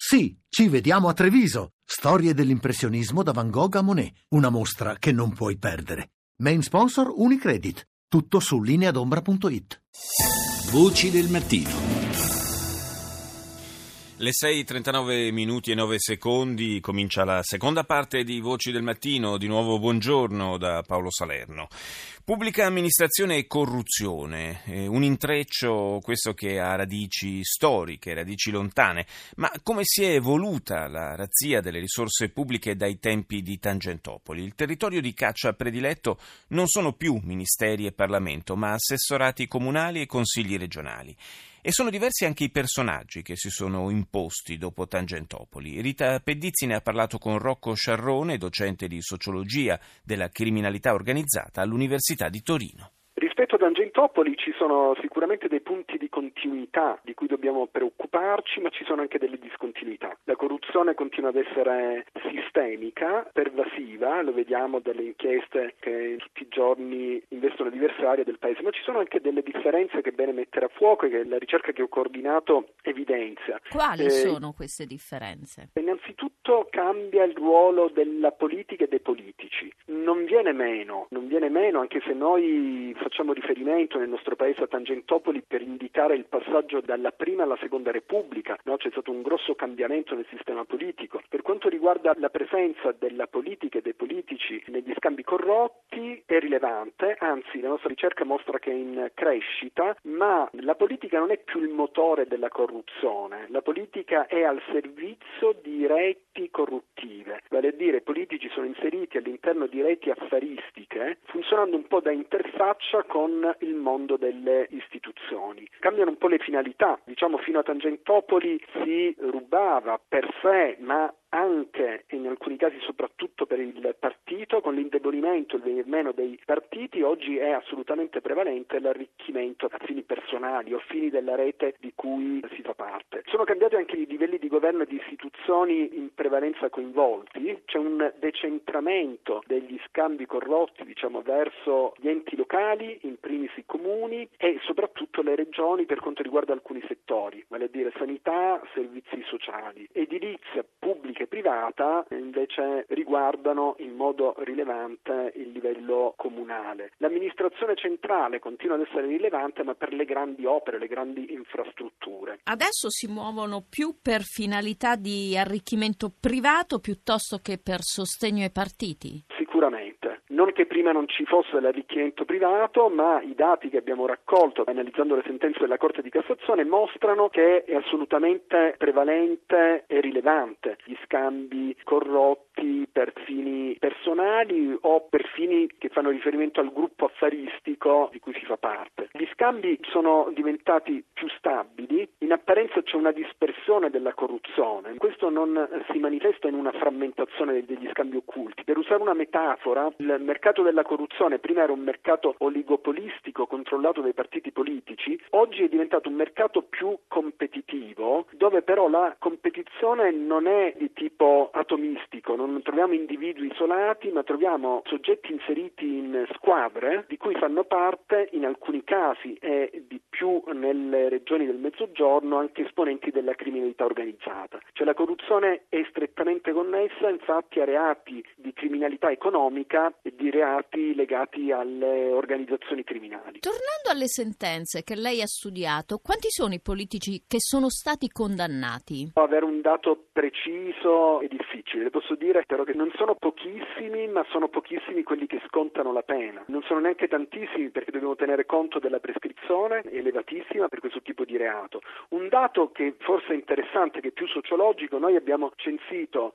Sì, ci vediamo a Treviso. Storie dell'impressionismo da Van Gogh a Monet. Una mostra che non puoi perdere. Main sponsor Unicredit. Tutto su lineadombra.it. Voci del mattino. Le 6:39 minuti e 9 secondi, comincia la seconda parte di Voci del Mattino. Di nuovo buongiorno da Paolo Salerno. Pubblica amministrazione e corruzione, un intreccio questo che ha radici storiche, radici lontane, ma come si è evoluta la razzia delle risorse pubbliche dai tempi di Tangentopoli? Il territorio di caccia prediletto non sono più ministeri e Parlamento, ma assessorati comunali e consigli regionali. E sono diversi anche i personaggi che si sono imposti dopo Tangentopoli. Rita Pedizzi ne ha parlato con Rocco Sciarrone, docente di sociologia della criminalità organizzata all'Università di Torino. Rispetto a Tangentopoli ci sono sicuramente dei punti di continuità di cui dobbiamo preoccuparci, ma ci sono anche delle discontinuità. La corruzione continua ad essere sistemica, pervasiva, lo vediamo dalle inchieste che tutti i giorni investono diverse aree del paese, ma ci sono anche delle differenze che è bene mettere a fuoco e che la ricerca che ho coordinato evidenzia. Quali sono queste differenze? Innanzitutto cambia il ruolo della politica e dei politici. Non viene meno, anche se noi facciamo riferimento nel nostro paese a Tangentopoli per indicare il passaggio dalla prima alla seconda Repubblica, no? C'è stato un grosso cambiamento nel sistema politico. Per quanto riguarda la presenza della politica e dei politici negli scambi corrotti è rilevante, anzi la nostra ricerca mostra che è in crescita, ma la politica non è più il motore della corruzione, la politica è al servizio di reti corruttive, vale a dire i politici sono inseriti all'interno di reti affaristiche, funzionando un po' da interfaccia con il mondo delle istituzioni. Cambiano un po' le finalità, fino a Tangentopoli si rubava per sé, ma anche e in alcuni casi soprattutto per il partito, con l'indebolimento, il venir meno dei partiti, oggi è assolutamente prevalente l'arricchimento a fini personali o fini della rete di cui si fa parte. Sono cambiati anche i livelli di governo e di istituzioni in prevalenza coinvolti, c'è un decentramento degli scambi corrotti, verso gli enti locali, in primis i comuni e soprattutto le regioni per quanto riguarda alcuni settori, vale a dire sanità, servizi sociali, edilizia pubblica e privata invece riguardano in modo rilevante il livello comunale. L'amministrazione centrale continua ad essere rilevante, ma per le grandi opere, le grandi infrastrutture. Adesso si muovono più per finalità di arricchimento privato piuttosto che per sostegno ai partiti? Sicuramente. Non che prima non ci fosse l'arricchimento privato, ma i dati che abbiamo raccolto analizzando le sentenze della Corte di Cassazione mostrano che è assolutamente prevalente e rilevante gli scambi corrotti per fini personali o per fini che fanno riferimento al gruppo affaristico di cui si fa parte. Gli scambi sono diventati più stabili, in apparenza c'è una dispersione della corruzione, questo non si manifesta in una frammentazione degli scambi occulti. Per usare una metafora, il mercato della corruzione prima era un mercato oligopolistico controllato dai partiti politici, oggi è diventato un mercato più competitivo, dove però la competizione non è di tipo atomistico, non troviamo individui isolati, ma troviamo soggetti inseriti in squadre di cui fanno parte in alcuni casi e di più nelle regioni del Mezzogiorno anche esponenti della criminalità organizzata. Cioè la corruzione è strettamente connessa infatti a reati di criminalità economica e di reati legati alle organizzazioni criminali. Tornando alle sentenze che lei ha studiato, quanti sono i politici che sono stati condannati? Avere un dato preciso è difficile, le posso dire però che non sono pochissimi, ma sono pochissimi quelli che scontano la pena. Non sono neanche tantissimi perché dobbiamo tenere conto della prescrizione elevatissima per questo tipo di reato. Un dato che forse è interessante, che è più sociologico, noi abbiamo censito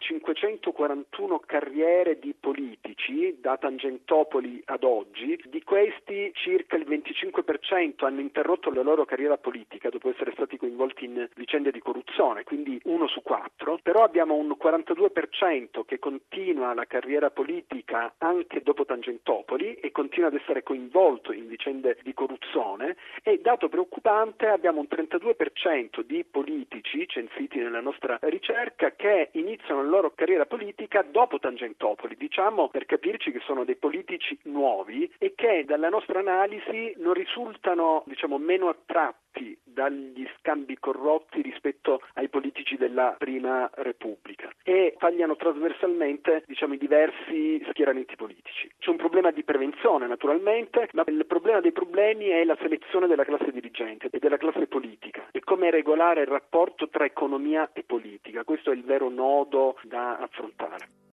541 carriere di politici da Tangentopoli ad oggi, di questi circa il 25% hanno interrotto la loro carriera politica dopo essere stati coinvolti in vicende di corruzione, quindi 1 su 4, però abbiamo un 42% che continua la carriera politica anche dopo Tangentopoli e continua ad essere coinvolto in vicende di corruzione e, dato preoccupante, abbiamo un 32% di politici censiti nella nostra ricerca che iniziano la loro carriera politica dopo Tangentopoli, per capirci che sono dei politici nuovi e che dalla nostra analisi non risultano meno attratti tratti dagli scambi corrotti rispetto ai politici della Prima Repubblica e tagliano trasversalmente, i diversi schieramenti politici. C'è un problema di prevenzione naturalmente, ma il problema dei problemi è la selezione della classe dirigente e della classe politica e come regolare il rapporto tra economia e politica. Questo è il vero nodo da affrontare.